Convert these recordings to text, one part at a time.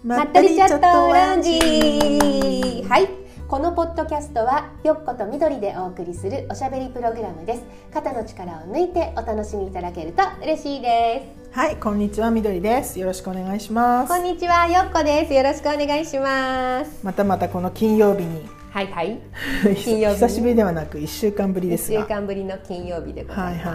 まったりチャットラウンジ。はい、このポッドキャストはよっことみどりでお送りするおしゃべりプログラムです。肩の力を抜いてお楽しみいただけると嬉しいです。 はい、こんにちは、みどりです。よろしくお願いします。 こんにちは、よっこです。よろしくお願いします。 またこの金曜日にはいはい金曜日久しぶりではなく1週間ぶりですが、 1週間ぶりの金曜日でございます。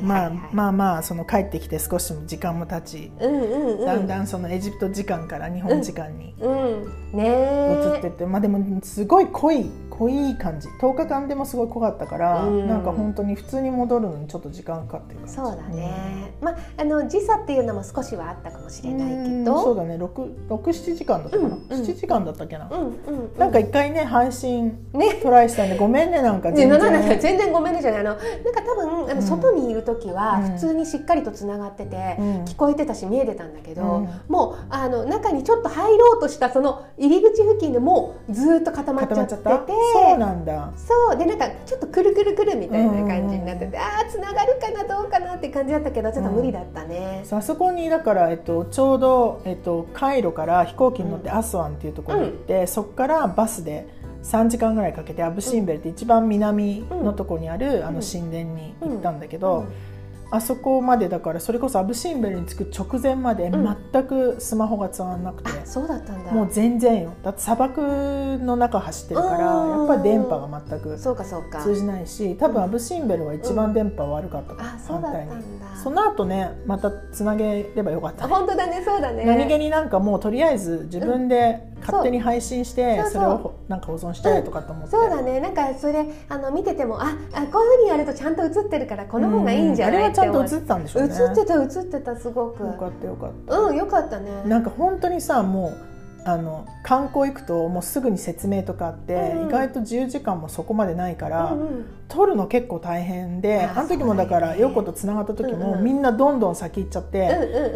まあその帰ってきて少し時間も経ち、だんだんそのエジプト時間から日本時間に移ってって、まあでもすごい濃い感じ、10日間でもすごい濃かったから、なんか本当に普通に戻るのにちょっと時間かかってる感じ。 そうだね、まあ時差っていうのも少しはあったかもしれないけど、 そうだね、6,7 時間だったかな、7時間だったっけな、なんか一回ね配信トライしたんで、ごめんね、なんか全然ごめんねじゃない、なんか多分外にいる時は普通にしっかりとつながってて、聞こえてたし見えてたんだけど、もう中にちょっと入ろうとしたその入り口付近でもうずっと固まっちゃってて、 そうなんだ。 そうで、なんかちょっとくるくるくるみたいな感じになってて、つながるかなどうかなって感じだったけど、ちょっと無理だったね。 あそこにだから、ちょうど、カイロから飛行機に乗ってアスワンっていうところに行って、そこからバスで3時間ぐらいかけてアブシンベルって一番南のところにある神殿に行ったんだけど、あそこまでだから、それこそアブシンベルに着く直前まで全くスマホが使わなくて、 そうだったんだ。 もう全然よ。だって砂漠の中走ってるから、やっぱり電波が全く通じないし、多分アブシンベルは一番電波悪かったから、反対に。その後ね、またつなげればよかった、ね。 本当だね、そうだね。 何気になんかもうとりあえず自分で勝手に配信して、それをなんか保存しちゃえとかと思って。 そうだね、なんかそれ見てても、こういう風にやるとちゃんと映ってるからこの方がいいんじゃないって。 ちゃんと映ってたんでしょうね。 映ってたすごく。 よかったよかった。 よかったね。 なんか本当にさ、もう観光行くともうすぐに説明とかあって、意外と自由時間もそこまでないから、撮るの結構大変で、あの時もだから陽子とつながった時も、みんなどんどん先行っちゃって、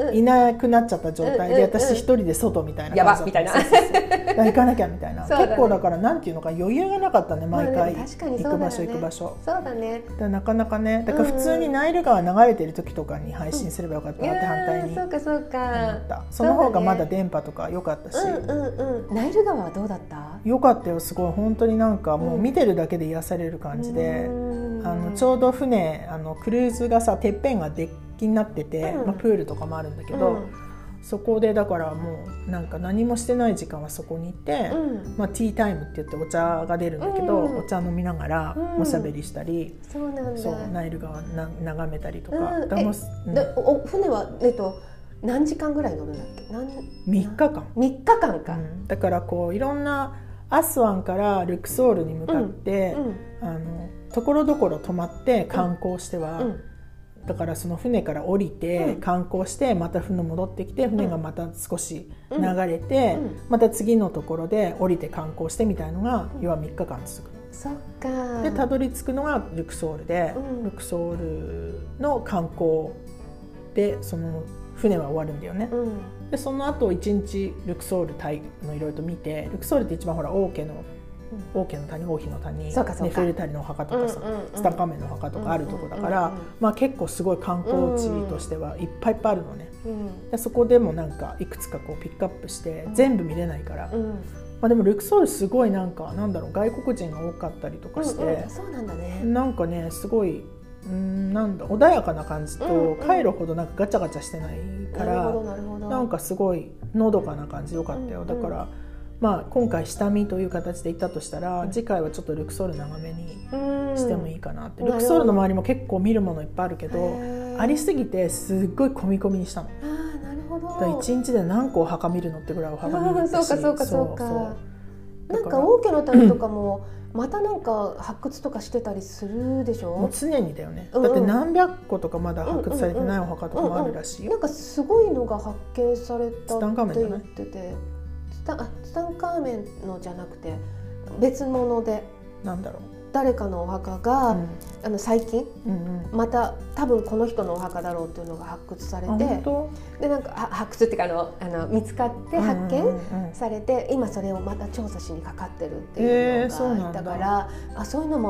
いなくなっちゃった状態で、私一人で外みたいな感じだった。行かなきゃみたいな、結構だからなんていうのか余裕がなかったね、毎回行く場所。 そうだね。 なかなかね、だから普通にナイル川流れてる時とかに配信すればよかったなって反対に思った。その方がまだ電波とか良かったし。 ナイル川はどうだった？ 良かったよ、すごい。本当になんかもう見てるだけで癒される感じで、ちょうど船クルーズがさ、てっぺんがデッキになってて、プールとかもあるんだけど、そこでだからもうなんか何もしてない時間はそこにいて、ティータイムって言ってお茶が出るんだけど、お茶飲みながらおしゃべりしたり、ナイル川眺めたりとか。 船は何時間ぐらい乗るんだっけ？3日間か。 だからこういろんなアスワンからルクソールに向かって、ところどころ泊まって観光しては、だからその船から降りて観光して、また船戻ってきて、船がまた少し流れて、また次のところで降りて観光してみたいのが、要は3日間続く。 そっか。 でたどり着くのがルクソールで、ルクソールの観光でその船は終わるんだよね。でその後1日ルクソールのいろいろと見て、ルクソールって一番ほら王妃の谷、王妃の谷、ネフェルタリのお墓とかさ、ツタンカーメンのお墓とかあるとこだから、まあ結構すごい観光地としてはいっぱいあるのね。でそこでもなんかいくつかこうピックアップして全部見れないから、まあでもルクソールすごいなんかなんだろう、外国人が多かったりとかして、 そうなんだね。 なんかねすごいなんだ穏やかな感じと、カイロほどなんかガチャガチャしてないから、なんかすごいのどかな感じよかったよ。だからまあ今回下見という形で行ったとしたら、次回はちょっとルクソール長めにしてもいいかなって。ルクソールの周りも結構見るものいっぱいあるけど、ありすぎてすっごい込み込みにしたの。 なるほど。 1日で何個お墓見るのってぐらいお墓見に行ったし。 そうか。なんか王家の谷とかもまたなんか発掘とかしてたりするでしょ？ もう常にだよね。だって何百個とかまだ発掘されてないお墓とかもあるらしいよ。 なんかすごいのが発見されたって言ってて、ツタンカーメンのじゃなくて別物で、 なんだろう、 誰かのお墓が、最近、また多分この人のお墓だろうっていうのが発掘されて、でなんか発掘っていうか見つかって発見されて、今それをまた調査しにかかってるっていうのがいたから、そういうのも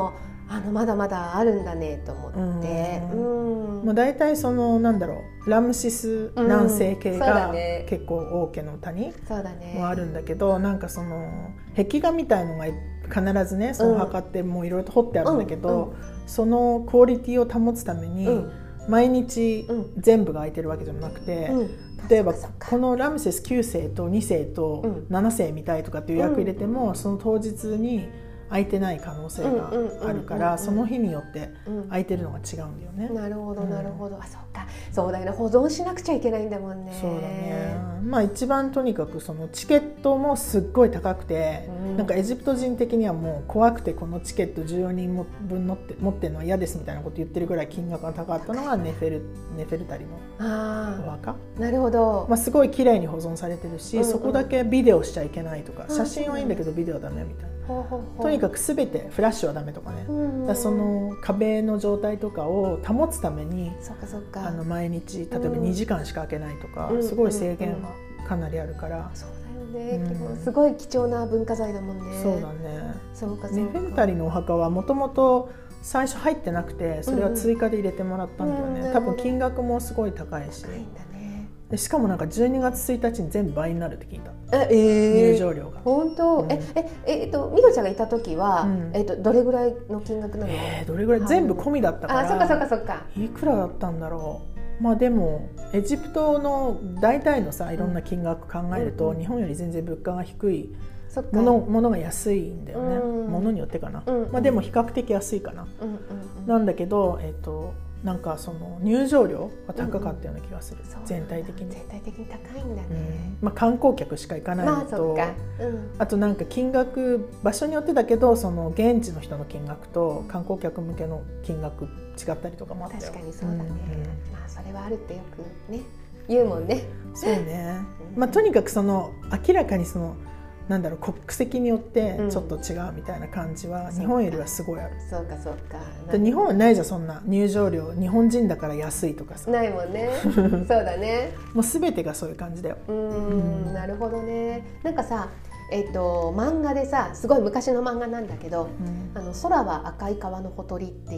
まだまだあるんだねと思って、 まあ、大体そのなんだろう、ラムシス南西系が結構王家の谷もあるんだけど、なんかその壁画みたいのが必ずね、その墓ってもういろいろと彫ってあるんだけど、そのクオリティを保つために毎日全部が空いてるわけじゃなくて、例えばこのラムセス9世と2世と7世見たいとかっていう予約入れても、その当日に空いてない可能性があるから、その日によって空いてるのが違うんだよね。 なるほどなるほど、あ、そうか、そうだよね、保存しなくちゃいけないんだもんね。 そうだね。まあ一番とにかくそのチケットもすっごい高くて、なんかエジプト人的にはもう怖くて、このチケット14人分持ってるのは嫌ですみたいなこと言ってるぐらい金額が高かったのがネフェルタリのお墓。 なるほど。 まあすごい綺麗に保存されてるし、そこだけビデオしちゃいけないとか、写真はいいんだけどビデオダメみたいな。とにかく全てフラッシュはダメとかね、だその壁の状態とかを保つために毎日例えば2時間しか開けないとか、すごい制限がかなりあるから。 そうだよね、すごい貴重な文化財だもんね。 そうだね。ネフェルタリのお墓はもともと最初入ってなくて、それは追加で入れてもらったんだよね。多分金額もすごい高いし、しかもなんか12月1日に全部倍になるって聞いた。入場料が。本当？ みどちゃんがいた時は、どれぐらいの金額なの？ どれぐらい、全部込みだったから。 そっかそっかそっか。 いくらだったんだろう。まあでもエジプトの大体のさ、いろんな金額考えると、日本より全然物価が低い。物が安いんだよね。物によってかな。まあでも比較的安いかな。なんだけどなんかその入場料が高かったような気がする、全体的に高いんだね。 まあ観光客しか行かないのと、あとなんか金額場所によってだけど、その現地の人の金額と観光客向けの金額違ったりとかもあったよ。 確かにそうだね。まあそれはあるってよくね言うもんね。 そうね。まあとにかくその明らかにそのなんだろう、国籍によってちょっと違うみたいな感じは日本よりはすごいある。 そうかそうか。 日本はないじゃん、そんな入場料日本人だから安いとかさ。 ないもんね。そうだね。 もう全てがそういう感じだよ。 なるほどね。なんかさ、漫画でさ、すごい昔の漫画なんだけど、空は赤い川のほとりっていう、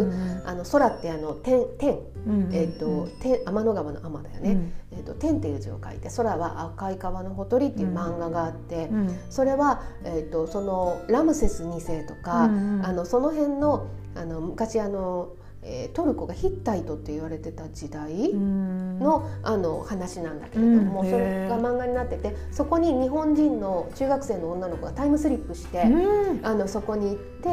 空って天、天の川の天だよね。天っていう字を書いて、空は赤い川のほとりっていう漫画があって、それはそのラムセス2世とか、その辺の昔トルコがヒッタイトって言われてた時代の話なんだけれども、それが漫画になってて、そこに日本人の中学生の女の子がタイムスリップして、そこに行って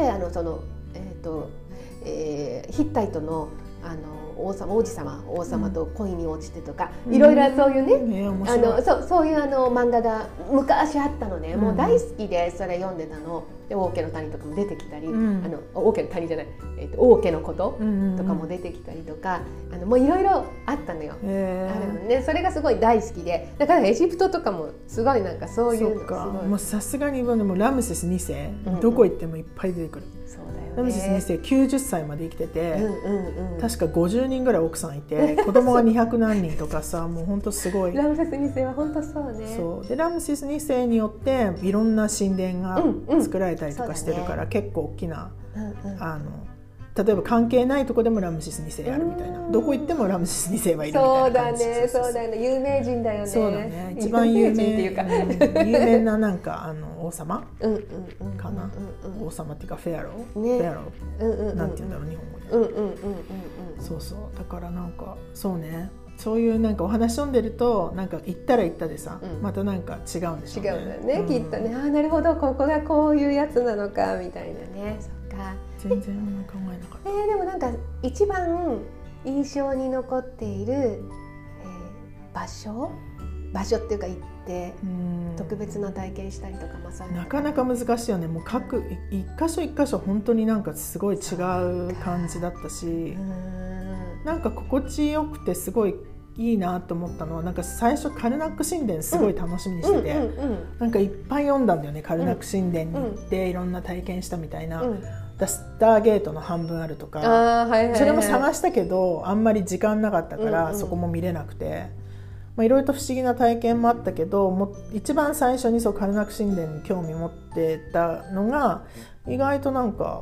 ヒッタイトの王様と恋に落ちてとか、いろいろそういうね、そういう漫画が昔あったのね。もう大好きでそれ読んでたので、王家の谷とかも出てきたり、王家の谷じゃない、王家のこととかも出てきたりとか、もういろいろあったのよ。あるのね。それがすごい大好きで、だからエジプトとかもすごいなんかそういうのすごい。 もうさすがにもラムセス2世、どこ行ってもいっぱい出てくる。ラムセス2世90歳まで生きてて、確か50人ぐらい奥さんいて、子供が200何人とかさ、もう本当すごい。 ラムセス2世は本当そうね。 そうで、ラムセス2世によっていろんな神殿が作られたりとかしてるから、結構大きな例えば関係ないとこでもラムセス2世あるみたいな、どこ行ってもラムセス2世はいるみたいな感じ。 そうだね、有名人だよね。 そうだね、一番有名っていうか有名ななんか王様かな、王様っていうかフェアロー、なんていうんだろう日本語で。そうそう、だからなんかそうね、そういうなんかお話読んでると、なんか行ったら行ったでさ、またなんか違うんでしょうね。 違うんだよね、きっとね。なるほど、ここがこういうやつなのかみたいなね。そっか。 全然考えなかった。 でもなんか一番印象に残っている、場所っていうか行って特別な体験したりとか、 なかなか難しいよね。もう各一箇所一箇所本当になんかすごい違う感じだったし、なんか心地よくてすごいいいなと思ったのは、なんか最初カルナック神殿すごい楽しみにしてて、なんかいっぱい読んだんだよね。カルナック神殿に行っていろんな体験したみたいな。スターゲートの半分あるとか、それも探したけどあんまり時間なかったからそこも見れなくて、いろいろと不思議な体験もあったけど、も一番最初にカルナック神殿に興味持ってたのが、意外となんか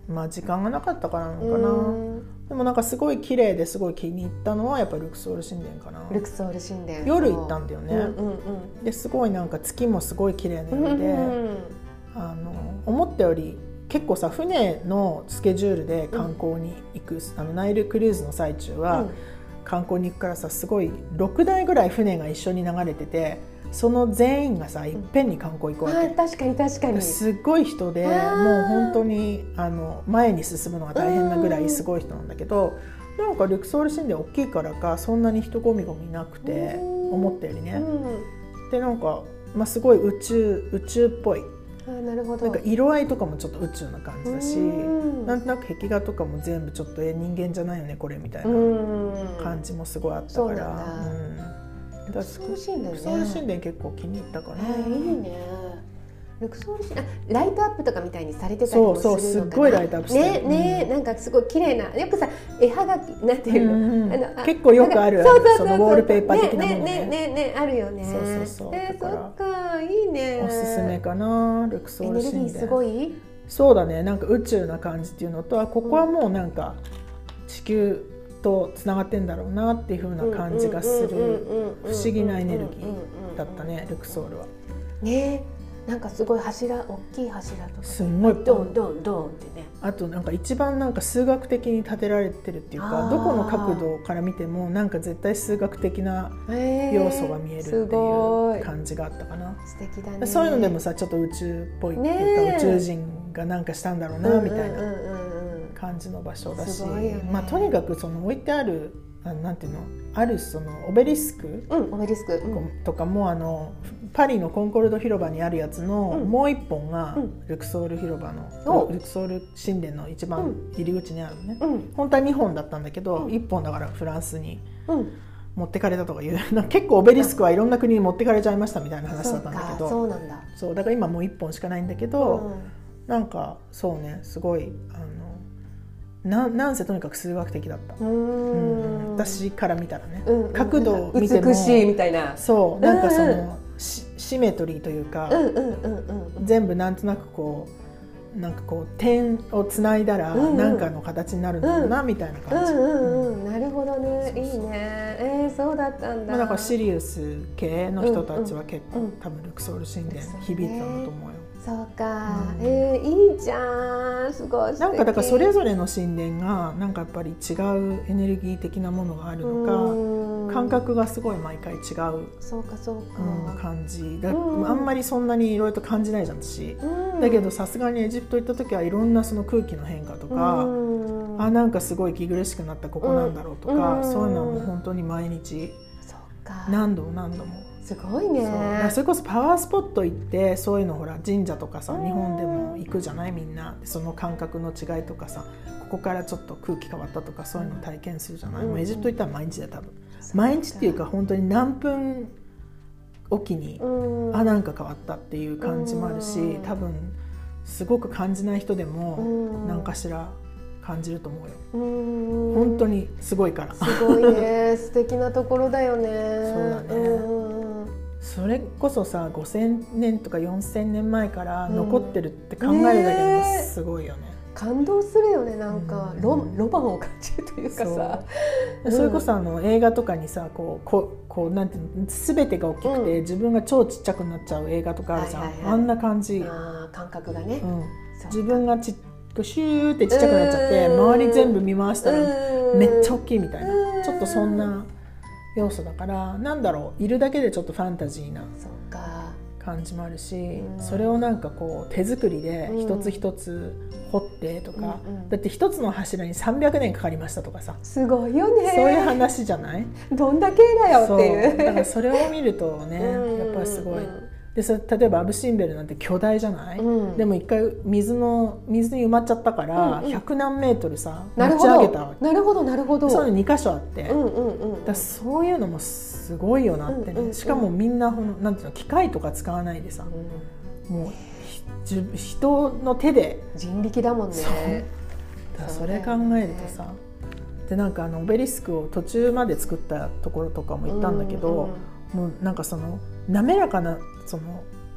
まあ時間がなかったからなのかな。でもなんかすごい綺麗ですごい気に入ったのはやっぱルクソール神殿かな。 ルクソール神殿夜行ったんだよね。ですごいなんか月もすごい綺麗な夜で、思ったより結構さ船のスケジュールで観光に行く、ナイルクルーズの最中は観光に行くからさ、すごい6台ぐらい船が一緒に流れてて、その全員がさいっぺんに観光行くわけ。 確かに確かにすごい人で、もう本当に前に進むのが大変なぐらいすごい人なんだけど、なんかルクソール神殿大きいからかそんなに人ゴミゴミなくて、思ったよりね。でなんか、まあ、すごい宇宙っぽい。 なるほど。 なんか色合いとかもちょっと宇宙な感じだし、なんとなく壁画とかも全部ちょっと人間じゃないよねこれみたいな感じもすごいあったから。ルクソール神殿結構気に入ったかな。 いいね。ルクソール神殿、ライトアップとかみたいにされてたりもするのかな。 そうすっごいライトアップしてるね、なんかすごい綺麗な、よくさ絵はがきなんていうの、 結構よくあるそのウォールペーパー的なものねあるよね。 そうそっか、いいね。 おすすめかなルクソール神殿。 エネルギーすごい。 そうだね、なんか宇宙な感じっていうのと、ここはもうなんか地球とつながってんだろうなっていう風な感じがする不思議なエネルギーだったね、ルクソールは。 ね、なんかすごい柱、大きい柱とかすんごいドンドンドンってね。 あとなんか一番なんか数学的に建てられてるっていうか、どこの角度から見てもなんか絶対数学的な要素が見えるっていう感じがあったかな。 素敵だね。 そういうのでもさちょっと宇宙っぽいっていうか、宇宙人がなんかしたんだろうなみたいな感じの場所だし、まあとにかくその置いてあるなんていうの、あるそのオベリスクとかもパリのコンコルド広場にあるやつのもう一本がルクソール広場のルクソール神殿の一番入り口にあるのね。本当は2本だったんだけど1本だからフランスに持ってかれたとかいう結構オベリスクはいろんな国に持ってかれちゃいましたみたいな話だったんだけど、 そうなんだ。 そうだから今もう1本しかないんだけど、なんかそうね、すごいなんせとにかく数学的だった。私から見たらね、角度を見ても美しいみたいな。 そうなんかそのシメトリーというか、全部なんとなくこう点をつないだら何かの形になるんだろうなみたいな感じ。 なるほどね、いいね。そうだったんだ。 だからシリウス系の人たちは結構多分ルクソール神殿響いたんだと思うよ。 そうか、いいじゃん、すごい素敵。 なんかだからそれぞれの神殿がなんかやっぱり違うエネルギー的なものがあるのか、感覚がすごい毎回違う感じだ。あんまりそんなにいろいろと感じないじゃん私。だけどさすがにエジプト行った時はいろんなその空気の変化とか、なんかすごい息苦しくなったここなんだろうとか、そういうのはもう本当に毎日何度も何度も。 すごいね。 それこそパワースポット行ってそういうのほら神社とかさ日本でも行くじゃないみんな。その感覚の違いとかさ、ここからちょっと空気変わったとかそういうの体験するじゃない。もうエジプト行ったら毎日だよ多分。毎日っていうか本当に何分おきになんか変わったっていう感じもあるし、多分すごく感じない人でも何かしら感じると思うよ。本当にすごいから。 すごいね。素敵なところだよね。 そうだね。それこそさ5000年とか4000年前から残ってるって考えるだけでもすごいよね。 感動するよね。なんかロマンを感じるというかさ、 それこそ映画とかにさこうなんていうの、全てが大きくて自分が超ちっちゃくなっちゃう映画とかあるじゃん。あんな感じ。 感覚がね。 自分がシューってちっちゃくなっちゃって周り全部見回したらめっちゃ大きいみたいな、ちょっとそんな要素だから、なんだろう、いるだけでちょっとファンタジーな感じもあるし、それをなんかこう手作りで一つ一つ掘ってとか、だって一つの柱に300年かかりましたとかさ、 すごいよね。 そういう話じゃない？ どんだけだよっていう。 だからそれを見るとね、やっぱりすごい。で例えばアブ・シンベルなんて巨大じゃない、でも一回水に埋まっちゃったから100何メートルさ持ち上げたわけ。 なるほどなるほど。 そういうの2箇所あって、だそういうのもすごいよなってね。しかもみんななんていうの、機械とか使わないでさ、もう人の手で人力だもんね。 それ考えるとさ、でなんかオベリスクを途中まで作ったところとかも行ったんだけど、もうなんかその滑らかなその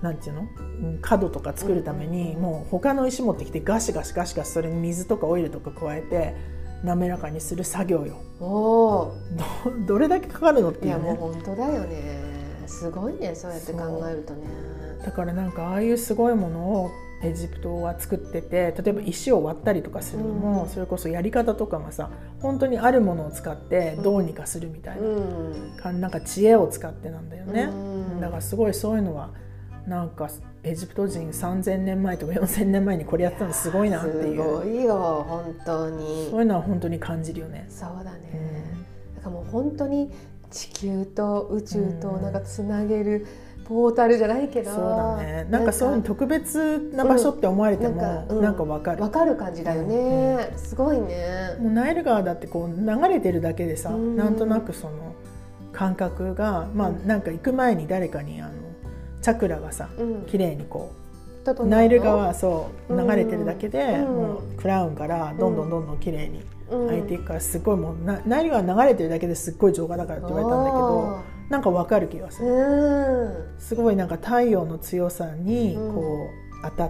なんていうの、角とか作るためにもう他の石持ってきてガシガシガシガシそれに水とかオイルとか加えて滑らかにする作業よ。どれだけかかるのっていうね。 いやもう本当だよね。すごいね、そうやって考えるとね。 だからなんかああいうすごいものをエジプトは作ってて、例えば石を割ったりとかするのも、それこそやり方とかがさ本当にあるものを使ってどうにかするみたいな、なんか知恵を使ってなんだよね。だからすごいそういうのはなんかエジプト人3000年前とか4000年前にこれやってたのすごいなっていう。 すごいよ本当に。 そういうのは本当に感じるよね。 そうだね、だからもう本当に地球と宇宙となんかつなげるポータルじゃないけど、 そうだね、なんかそういう特別な場所って思われてもなんか分かる、 分かる感じだよね、すごいね。 もうナイル川だってこう流れてるだけでさ、なんとなくその感覚が、まあなんか行く前に誰かにチャクラがさ、綺麗にこうナイル川そう流れてるだけで、もうクラウンからどんどんどんどん綺麗に開いていくから、すごいもうナイル川流れてるだけですっごい浄化だからって言われたんだけど、なんか分かる気がする。すごいなんか太陽の強さにこう当たって、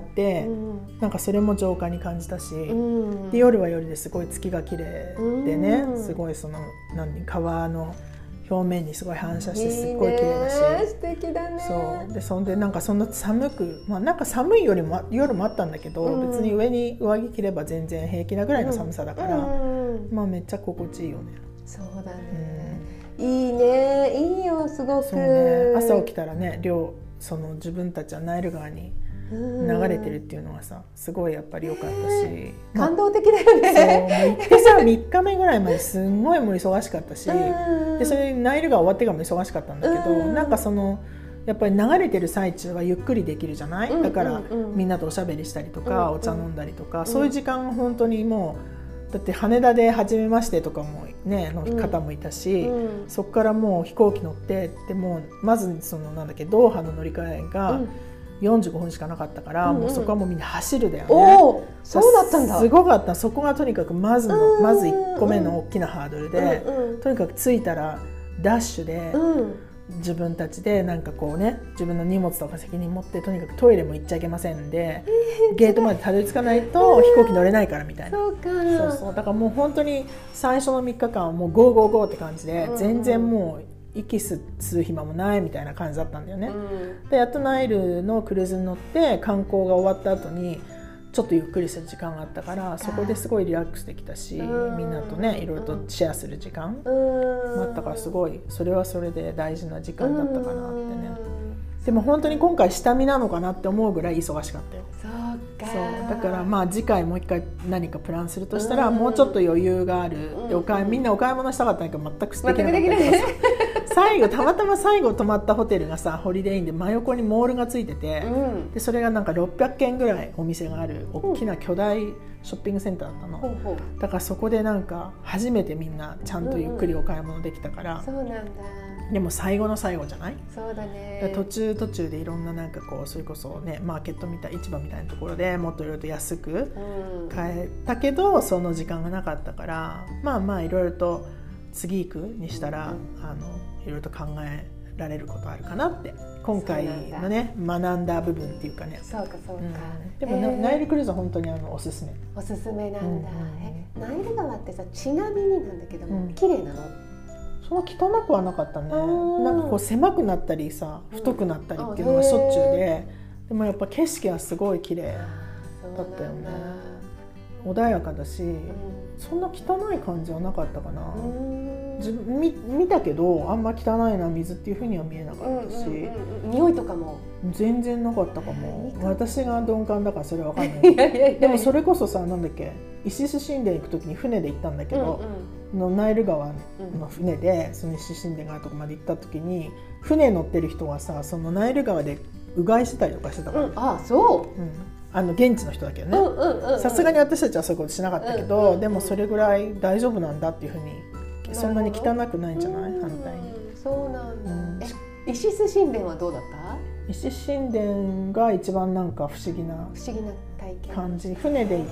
なんかそれも浄化に感じたし、で夜は夜ですごい月が綺麗でね、すごいその川の表面にすごい反射してすっごい綺麗だし、 素敵だね。 そうでそんでなんかそんな寒く、まあなんか寒いよりも夜もあったんだけど、別に上に上着着れば全然平気なぐらいの寒さだから、まあめっちゃ心地いいよね。 そうだね、いいね、いいよすごく。 そうね、朝起きたらね、その自分たちはナイル川に流れてるっていうのはさ、すごいやっぱり良かったし、 感動的だよね。 そう行ってさ3日目ぐらいまですんごいもう忙しかったし、でそれナイル川終わってからも忙しかったんだけど、なんかそのやっぱり流れてる最中はゆっくりできるじゃない、だからみんなとおしゃべりしたりとか、お茶飲んだりとか、そういう時間が本当にもうだって羽田で初めましてとかもねの方もいたし、そこからもう飛行機乗ってでもまずそのなんだっけドーハの乗り換えが45分しかなかったから、もうそこはもうみんな走るだよね。 そうだったんだ。 すごかった。そこがとにかくまず1個目の大きなハードルで、とにかく着いたらダッシュで、自分たちでなんかこうね、自分の荷物とか責任持ってとにかくトイレも行っちゃいけませんで、ゲートまでたどり着かないと飛行機乗れないからみたいな。そうだからもう本当に最初の3日間はもうゴーゴーゴーって感じで、全然もう息吸う暇もないみたいな感じだったんだよね。でやっとナイルのクルーズに乗って観光が終わった後にちょっとゆっくりする時間があったから、そこですごいリラックスできたし、みんなとねいろいろとシェアする時間もあったから、すごいそれはそれで大事な時間だったかなってね。でも本当に今回下見なのかなって思うぐらい忙しかったよ。そうだからまあ次回もう一回何かプランするとしたら、もうちょっと余裕がある、でみんなお買い物したかったんだけど全くできなかったけど、たまたま最後泊まったホテルがさホリデーインで真横にモールがついてて、でそれがなんか600軒ぐらいお店がある大きな巨大ショッピングセンターだったの。だからそこでなんか初めてみんなちゃんとゆっくりお買い物できたから、 そうなんだ。 でも最後の最後じゃない？ そうだね。 途中でいろんななんかこうそれこそねマーケットみたい市場みたいなところでもっといろいろと安く買えたけど、その時間がなかったから、まあいろいろと次行くにしたらいろいろと考えられることあるかなって今回のね学んだ部分っていうかね。 そうか、 でもナイルクルーズは本当におすすめ。 おすすめなんだ。ナイル川ってさ、ちなみになんだけども綺麗なの？ そんな汚くはなかったね。なんかこう狭くなったりさ太くなったりっていうのがしょっちゅうで、でもやっぱ景色はすごい綺麗だったよね。穏やかだし、そんな汚い感じはなかったかな。見たけどあんま汚いな水っていう風には見えなかったし、 匂いとかも全然なかったかも。私が鈍感だからそれわかんない。でもそれこそさ、なんだっけ、イシス神殿行く時に船で行ったんだけど、ナイル川の船でそのイシス神殿があるとこまで行った時に、船乗ってる人はさ、そのナイル川でうがいしてたりとかしてたから、 あ、そう、 現地の人だけどね。さすがに私たちはそういうことしなかったけど、でもそれぐらい大丈夫なんだっていうふうに、そんなに汚くないんじゃない？反対に。 そうなんだ。イシス神殿はどうだった？ イシス神殿が一番なんか不思議な体験感じ。船で行って、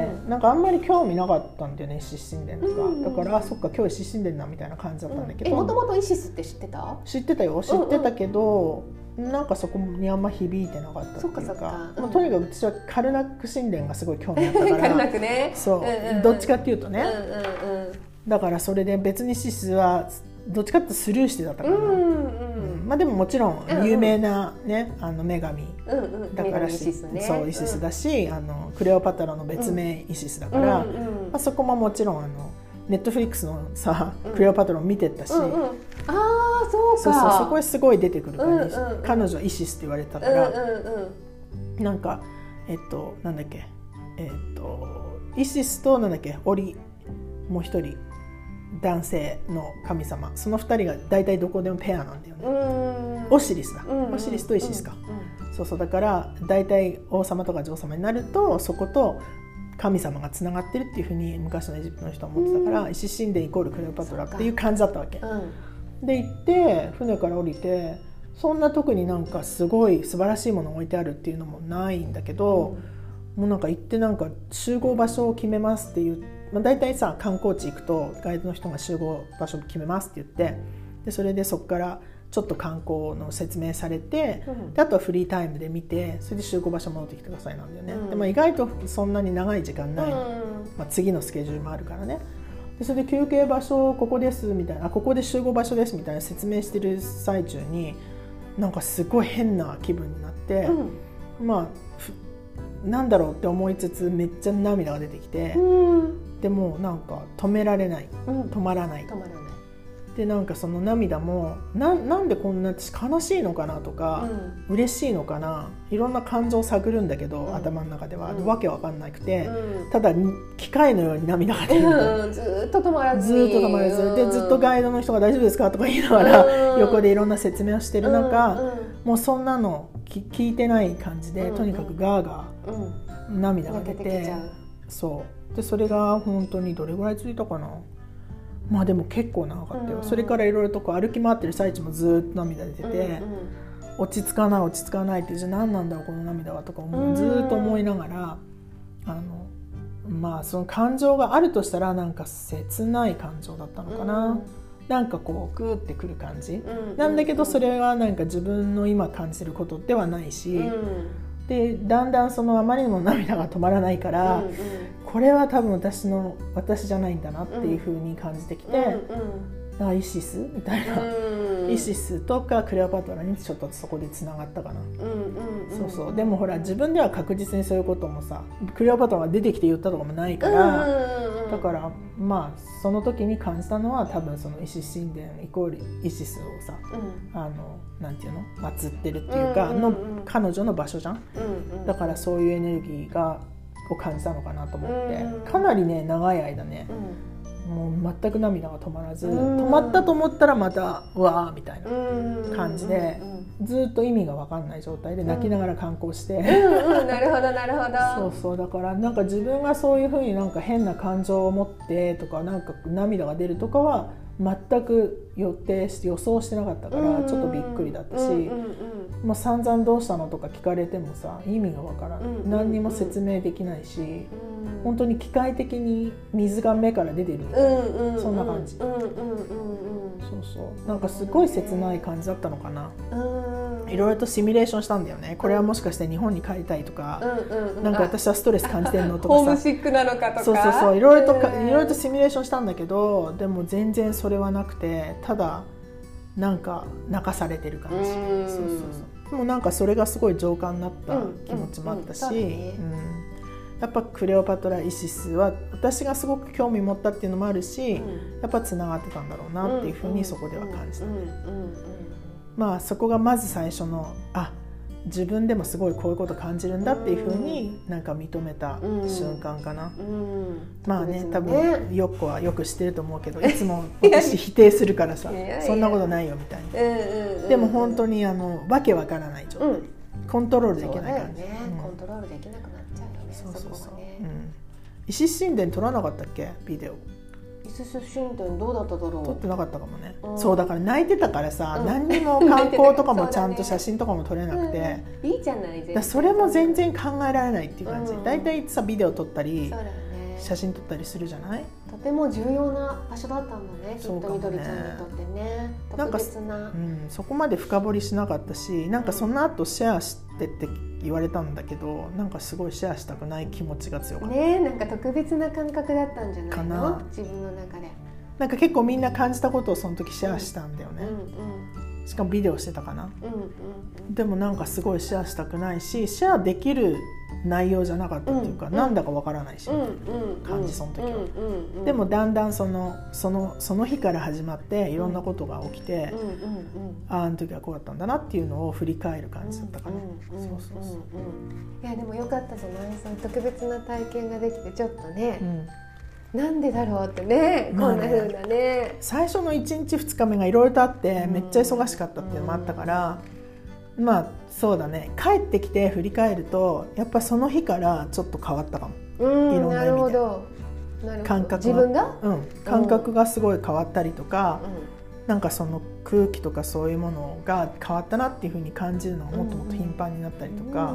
なんかあんまり興味なかったんだよね、イシス神殿とか。だからそっか今日イシス神殿だみたいな感じだったんだけど。 もともとイシスって知ってた？ 知ってたよ、知ってたけど、 なんかそこにあんま響いてなかったっていうか、とにかく私はカルナック神殿がすごい興味あったからカルナックね、 そう、どっちかっていうとね、だからそれで別にイシスはどっちかってスルーしてたから、まあでももちろん有名なね、女神だからし、そうイシスだし、クレオパトラの別名イシスだから、まあそこももちろんネットフリックスのさ、クレオパトラを見てたし、そこへすごい出てくる感じ、彼女はイシスって言われたから、なんかなんだっけ、イシスとなんだっけ、もう一人男性の神様、その2人が大体どこでもペアなんだよね。オシリスだ、オシリスとイシスか、そうそう、だから大体王様とか女王様になるとそこと神様がつながってるっていうふうに昔のエジプトの人は思ってたから、イシス神殿イコールクレオパトラっていう感じだったわけ、で行って船から降りて、そんな特になんかすごい素晴らしいものが置いてあるっていうのもないんだけど、もうなんか行ってなんか集合場所を決めますっていう、まあ、大体さ観光地行くとガイドの人が集合場所を決めますって言って、でそれでそこからちょっと観光の説明されて、であとはフリータイムで見て、それで集合場所戻ってきてくださいなんだよね、でまあ、意外とそんなに長い時間ない、まあ、次のスケジュールもあるからね。でそれで休憩場所ここですみたいな、ここで集合場所ですみたいな説明してる最中になんかすごい変な気分になって、まあなんだろうって思いつつめっちゃ涙が出てきて、でもなんか止められない、止まらない、でなんかその涙もなんでこんな私悲しいのかなとか、嬉しいのかな、いろんな感情を探るんだけど、頭の中では、わけわかんなくて、ただ機械のように涙が出る、 ずっと止まらずでずっとガイドの人が大丈夫ですかとか言いながら、横でいろんな説明をしてる中、もうそんなの聞いてない感じで、とにかくガーガー涙が出て、そうでそれが本当にどれぐらい続いたかな、まあでも結構長かったよ、それからいろいろとこう歩き回ってる最中もずっと涙出てて、落ち着かないってじゃあ何なんだろうこの涙はとかずっと思いながら、まあその感情があるとしたらなんか切ない感情だったのかな、なんかこうグーってくる感じ、なんだけどそれはなんか自分の今感じることではないし、でだんだんそのあまりにも涙が止まらないから、これは多分私じゃないんだなっていう風に感じてきて、イシスみたいな、イシスとかクレオパトラにちょっとそこでつながったかな。そうでもほら自分では確実にそういうこともさ、クレオパトラが出てきて言ったとかもないから、だからまあその時に感じたのは多分そのイシス神殿イコールイシスをさ、なんていうの祀ってるっていうかの彼女の場所じゃん、だからそういうエネルギーを感じたのかなと思って、かなりね長い間ね、もう全く涙が止まらず、止まったと思ったらまたうわーみたいな感じで、ずっと意味が分かんない状態で泣きながら観光して、 なるほどなるほど、 そうだからなんか自分がそういう風になんか変な感情を持ってとか、なんか涙が出るとかは全く予想してなかったから、ちょっとびっくりだったし、もう散々どうしたのとか聞かれてもさ意味がわからない、何にも説明できないし、本当に機械的に水が目から出てるみたいな、そんな感じ、そうなんかすごい切ない感じだったのかな。いろいろとシミュレーションしたんだよね。これはもしかして日本に帰りたいとか、なんか私はストレス感じてるのとかさ、 ホームシックなのかとか、 そういろいろとシミュレーションしたんだけど、でも全然それはなくて、ただなんか泣かされてる感じ。でもなんかそれがすごい浄化になった気持ちもあったし、やっぱクレオパトラ、イシスは私がすごく興味持ったっていうのもあるし、やっぱつながってたんだろうなっていうふうにそこでは感じたね。まあそこがまず最初の自分でもすごいこういうこと感じるんだっていうふうになんか認めた瞬間かな。まあね、多分ヨッコはよく知ってると思うけど、いつも私否定するからさそんなことないよみたいな。でも本当にわけわからない状態、コントロールできない感じ、 コントロールできなくなっちゃうよね。そうイシス神殿撮らなかったっけビデオ。 イシス神殿どうだっただろう。 撮ってなかったかもね。そうだから泣いてたからさ、何にも観光とかもちゃんと写真とかも撮れなくて、 いいじゃない。 だそれも全然考えられないっていう感じ。だいたいさビデオ撮ったり写真撮ったりするじゃない。 とても重要な場所だったんだね、きっとみどりちゃんにとってね。 特別な、 そこまで深掘りしなかったし、なんかその後シェアしてって言われたんだけど、なんかすごいシェアしたくない気持ちが強かったね。なんか特別な感覚だったんじゃないの、自分の中で。 なんか結構みんな感じたことをその時シェアしたんだよね、しかもビデオしてたかな、でもなんかすごいシェアしたくないし、シェアできる内容じゃなかったっていうか、なんだかわからないし、感じその時は。でもだんだんその日から始まっていろんなことが起きて、あの時はこうだったんだなっていうのを振り返る感じだったかな。 いやでもよかったじゃない、その特別な体験ができて、ちょっとね、なんでだろうってね、こんな風なね。 最初の1日2日目がいろいろとあってめっちゃ忙しかったっていうのもあったから、まあそうだね、帰ってきて振り返るとやっぱその日からちょっと変わったかも、いろんな意味で。感覚自分が、 感覚がすごい変わったりとか、なんかその空気とかそういうものが変わったなっていう風に感じるのがもっともっと頻繁になったりとか、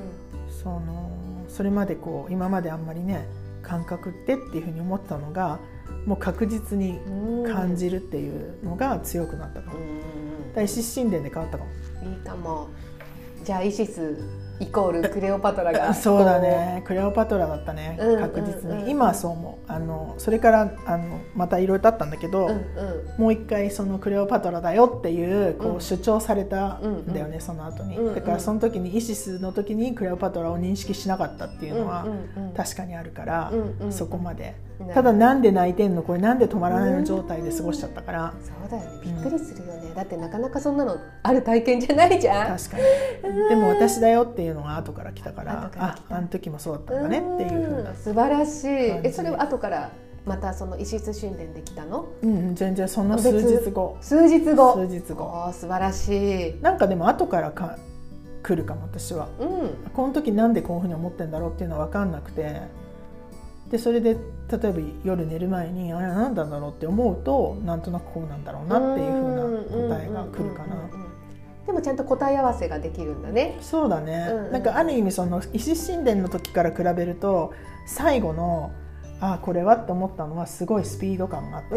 それまでこう今まであんまりね感覚っていう風に思ったのがもう確実に感じるっていうのが強くなったかも。イシス神殿で変わったかも。 いいかも。じゃあイシスイコールクレオパトラがそうだね、クレオパトラだったね、確実に。今はそう思う。それからまたいろいろあったんだけど、もう一回そのクレオパトラだよっていうこう主張されたんだよね、その後に。だからその時にイシスの時にクレオパトラを認識しなかったっていうのは確かにあるから、そこまで。ただなんで泣いてんのこれなんで止まらないの状態で過ごしちゃったから。 そうだよね、びっくりするよね。だってなかなかそんなのある体験じゃないじゃん。 確かに。でも私だよっていうのが後から来たから、あの時もそうだったんだねっていうふうな。 素晴らしい。それは後からまたそのイシス神殿で来たの？ 全然その数日後。 数日後。素晴らしい。 なんかでも後から来るかも私は。この時なんでこういうふうに思ってんだろうっていうのは分かんなくて、でそれで例えば夜寝る前にあれなんだろうって思うとなんとなくこうなんだろうなっていうふうな答えが来るかな。 でもちゃんと答え合わせができるんだね。 そうだね、なんかある意味そのイシス神殿の時から比べると最後のこれはって思ったのはすごいスピード感があった。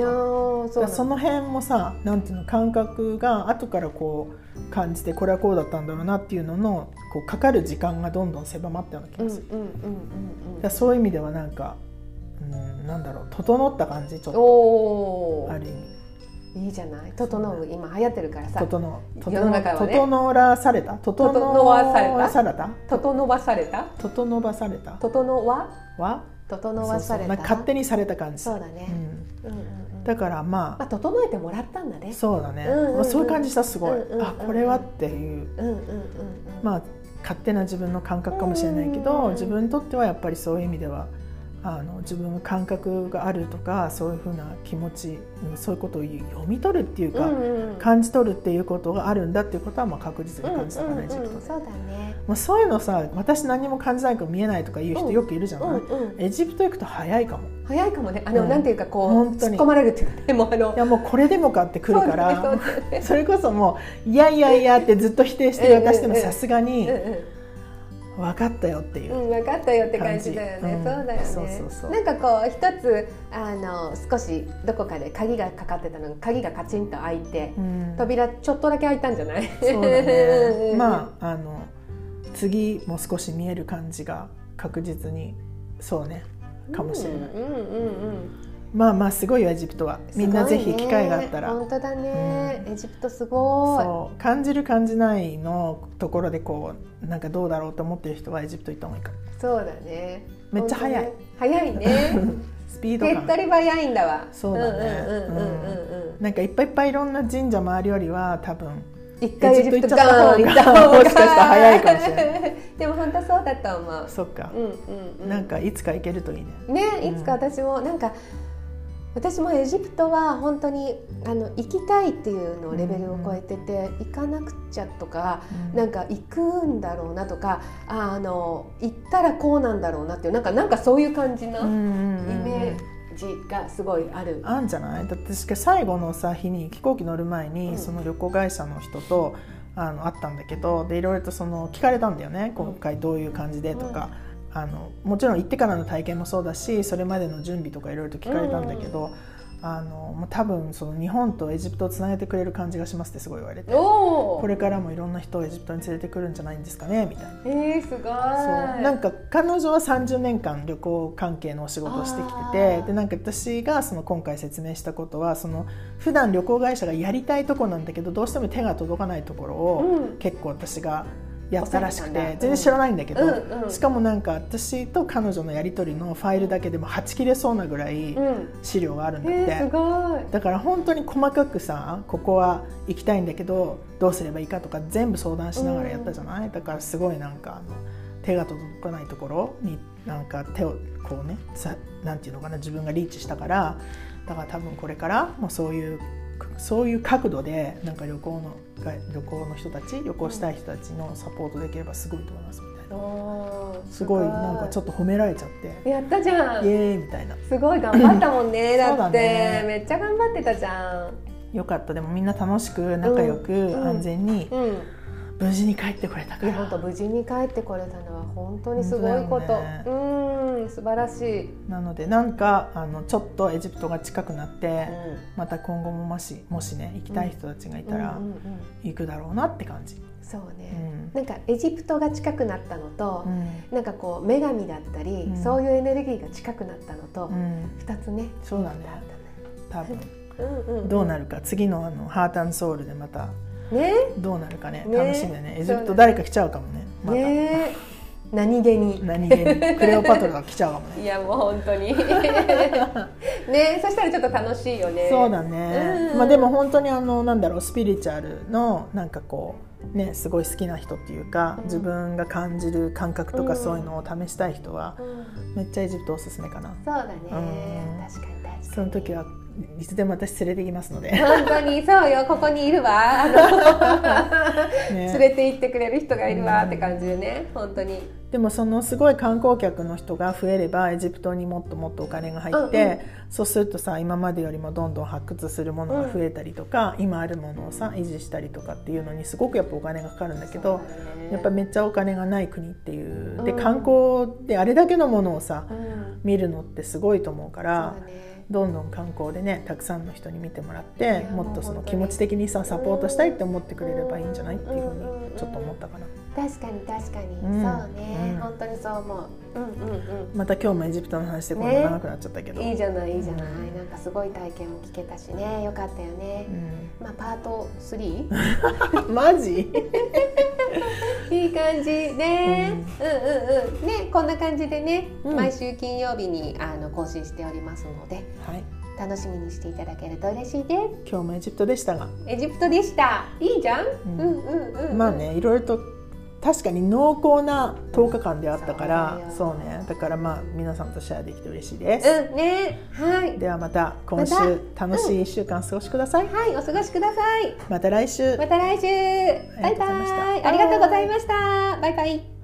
その辺もさ、なんていうの、感覚が後からこう感じてこれはこうだったんだろうなっていうののこうかかる時間がどんどん狭まったような気がする。そういう意味ではなんか、なんだろう、整った感じちょっとある意味。 いいじゃない。整う今流行ってるからさ。 世の中はね。整わされた。整わされた。 整わされた。 整わされた。 整わされた。 勝手にされた感じ。 そうだね。 だからまあ整えてもらったんだね。 そうだね。そういう感じした、すごい。これはっていう。まあ勝手な自分の感覚かもしれないけど、自分にとってはやっぱりそういう意味では。自分の感覚があるとかそういうふうな気持ち、そういうことを読み取るっていうか、感じ取るっていうことがあるんだっていうことはまあ確実に感じたかな、エジプトで。 そうだね。 そういうのさ、私何も感じないから見えないとかいう人よくいるじゃない。エジプト行くと早いかも。 早いかもね。なんていうかこう突っ込まれるっていうかね、 いやもうこれでもかってくるから、それこそもういやいやいやってずっと否定してる私でもさすがに。分かったよっていう、 分かったよって感じだよね。そうだよね。なんかこう一つ少しどこかで鍵がかかってたのが鍵がカチンと開いて、扉ちょっとだけ開いたんじゃない？ そうだね。まあ次も少し見える感じが確実にそうねかもしれない。まあまあすごいよエジプトは。みんなぜひ機会があったら。 本当だね。エジプトすごい。 そう感じる感じないのところでこうなんかどうだろうと思ってる人はエジプト行った方がいいかも。 そうだね。 めっちゃ早い。 早いね。 スピード感。 手っ取り早いんだわ。 そうだね。なんかいっぱいいろんな神社回るよりは多分一回エジプトガーン行った方がもしかしたら早いかもしれない。 でも本当そうだと思う。 そっか。なんかいつか行けるといいね。 ね、いつか私もなんか。私もエジプトは本当に行きたいっていうのをレベルを超えてて、行かなくちゃとか、なんか行くんだろうなとか、行ったらこうなんだろうなっていうなんかそういう感じのイメージがすごいある。 あんじゃない？だって最後のさ日に飛行機乗る前にその旅行会社の人と会ったんだけど、でいろいろと聞かれたんだよね。今回どういう感じでとか。もちろん行ってからの体験もそうだし、それまでの準備とかいろいろと聞かれたんだけど、 もう多分その日本とエジプトをつなげてくれる感じがしますってすごい言われて、これからもいろんな人をエジプトに連れてくるんじゃないんですかねみたいな。 すごい。そうなんか彼女は30年間旅行関係のお仕事をしてきてて、でなんか私がその今回説明したことは、その普段旅行会社がやりたいところなんだけどどうしても手が届かないところを結構私がやったらしくて、全然知らないんだけど、しかもなんか私と彼女のやり取りのファイルだけでもはち切れそうなぐらい資料があるんだって、 すごい。 だから本当に細かくさ、ここは行きたいんだけどどうすればいいかとか全部相談しながらやったじゃない。だからすごいなんか手が届かないところになんか手をこうね、なんていうのかな、自分がリーチしたから、だから多分これからもうそういう角度でなんか旅行の人たち、旅行したい人たちのサポートできればすごいと思いますみたいな。すごいなんかちょっと褒められちゃって、 やったじゃん、 イエーイみたいな。 すごい頑張ったもんねだってそうだね、 めっちゃ頑張ってたじゃん。 よかった。でもみんな楽しく仲良く安全に無事に帰ってこれたから、 本当無事に帰ってこれたのは本当にすごいこと、素晴らしい。 なのでなんかちょっとエジプトが近くなって、また今後ももしね行きたい人たちがいたら行くだろうなって感じ。 そうね、なんかエジプトが近くなったのと、なんかこう女神だったり、そういうエネルギーが近くなったのと、2つね。 そうだね、多分どうなるか、次のハート&ソウルでまたどうなるかね、楽しみだね。エジプト誰か来ちゃうかもね、また何気にクレオパトラが来ちゃうかもね。 いやもう本当にね、そしたらちょっと楽しいよね。 そうだね、まあでも本当になんだろう、スピリチュアルのなんかこうね、すごい好きな人っていうか、自分が感じる感覚とかそういうのを試したい人は、めっちゃエジプトおすすめかな。 そうだね、確かに。 その時はいつでも私連れて行きますので。 本当にそうよ、ここにいるわ連れて行ってくれる人がいるわって感じでね、本当に。 でもそのすごい観光客の人が増えればエジプトにもっともっとお金が入って、そうするとさ、今までよりもどんどん発掘するものが増えたりとか、今あるものをさ維持したりとかっていうのにすごくやっぱお金がかかるんだけど、やっぱめっちゃお金がない国っていう、で観光であれだけのものをさ、見るのってすごいと思うから、どんどん観光でねたくさんの人に見てもらって、もっとその気持ち的にさサポートしたいって思ってくれればいいんじゃないっていうふうにちょっと思ったかな。 確かに確かに、そうね、本当にそう思う。 また今日もエジプトの話で今度長くなっちゃったけど、 いいじゃないいいじゃない、なんかすごい体験も聞けたしね、よかったよね。まあパート 3 マジいい感じね。ね、こんな感じでね、毎週金曜日に更新しておりますので、楽しみにしていただけると嬉しいです。 今日もエジプトでしたが、 エジプトでした。いいじゃん。 まあね、いろいろと確かに濃厚な10日間であったから、そうね、だからまあ皆さんとシェアできて嬉しいです。ではまた今週楽しい1週間過ごしください。 はい、お過ごしください。 また来週。 バイバイ。ありがとうございました。バイバイ。